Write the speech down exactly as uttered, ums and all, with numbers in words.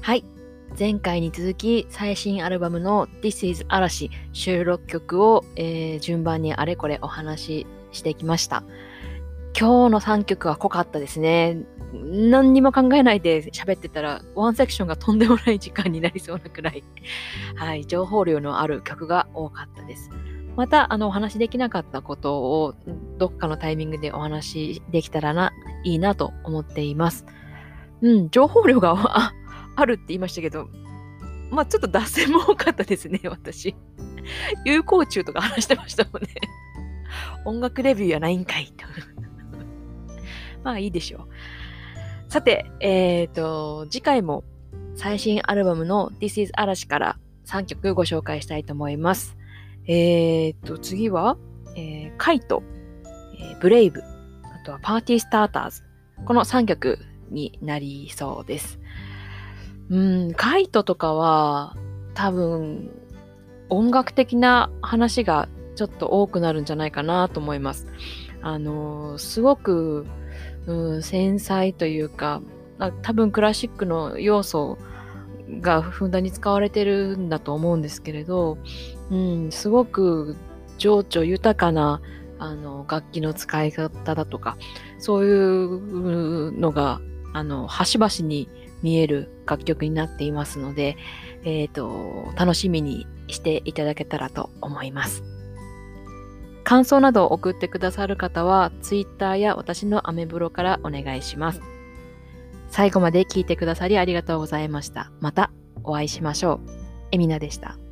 はい。前回に続き最新アルバムの This is 嵐収録曲を、えー順番にあれこれお話ししてきました。今日のさんきょくは濃かったですね。何にも考えないで喋ってたらワンセクションがとんでもない時間になりそうなくらい、はい、情報量のある曲が多かったです。またあのお話しできなかったことをどっかのタイミングでお話しできたらないいなと思っています。うん、情報量がああるって言いましたけど、まあちょっと脱線も多かったですね、私。有効中とか話してましたもんね。音楽レビューやないんかいと。まあいいでしょう。さて、えっ、と、次回も最新アルバムの This is 嵐からさんきょくご紹介したいと思います。えっ、と、次は、えー、カイト、えー、ブレイブ、あとはパーティースターターズ。このさんきょくになりそうです。うん、カイトとかは多分音楽的な話がちょっと多くなるんじゃないかなと思います。あの、すごく、うん、繊細というか、多分クラシックの要素がふんだんに使われてるんだと思うんですけれど、うん、すごく情緒豊かなあの楽器の使い方だとか、そういうのがあの端々に見える楽曲になっていますので、えっと、楽しみにしていただけたらと思います。感想などを送ってくださる方は、Twitter や私のアメブロからお願いします。最後まで聞いてくださりありがとうございました。またお会いしましょう。エミナでした。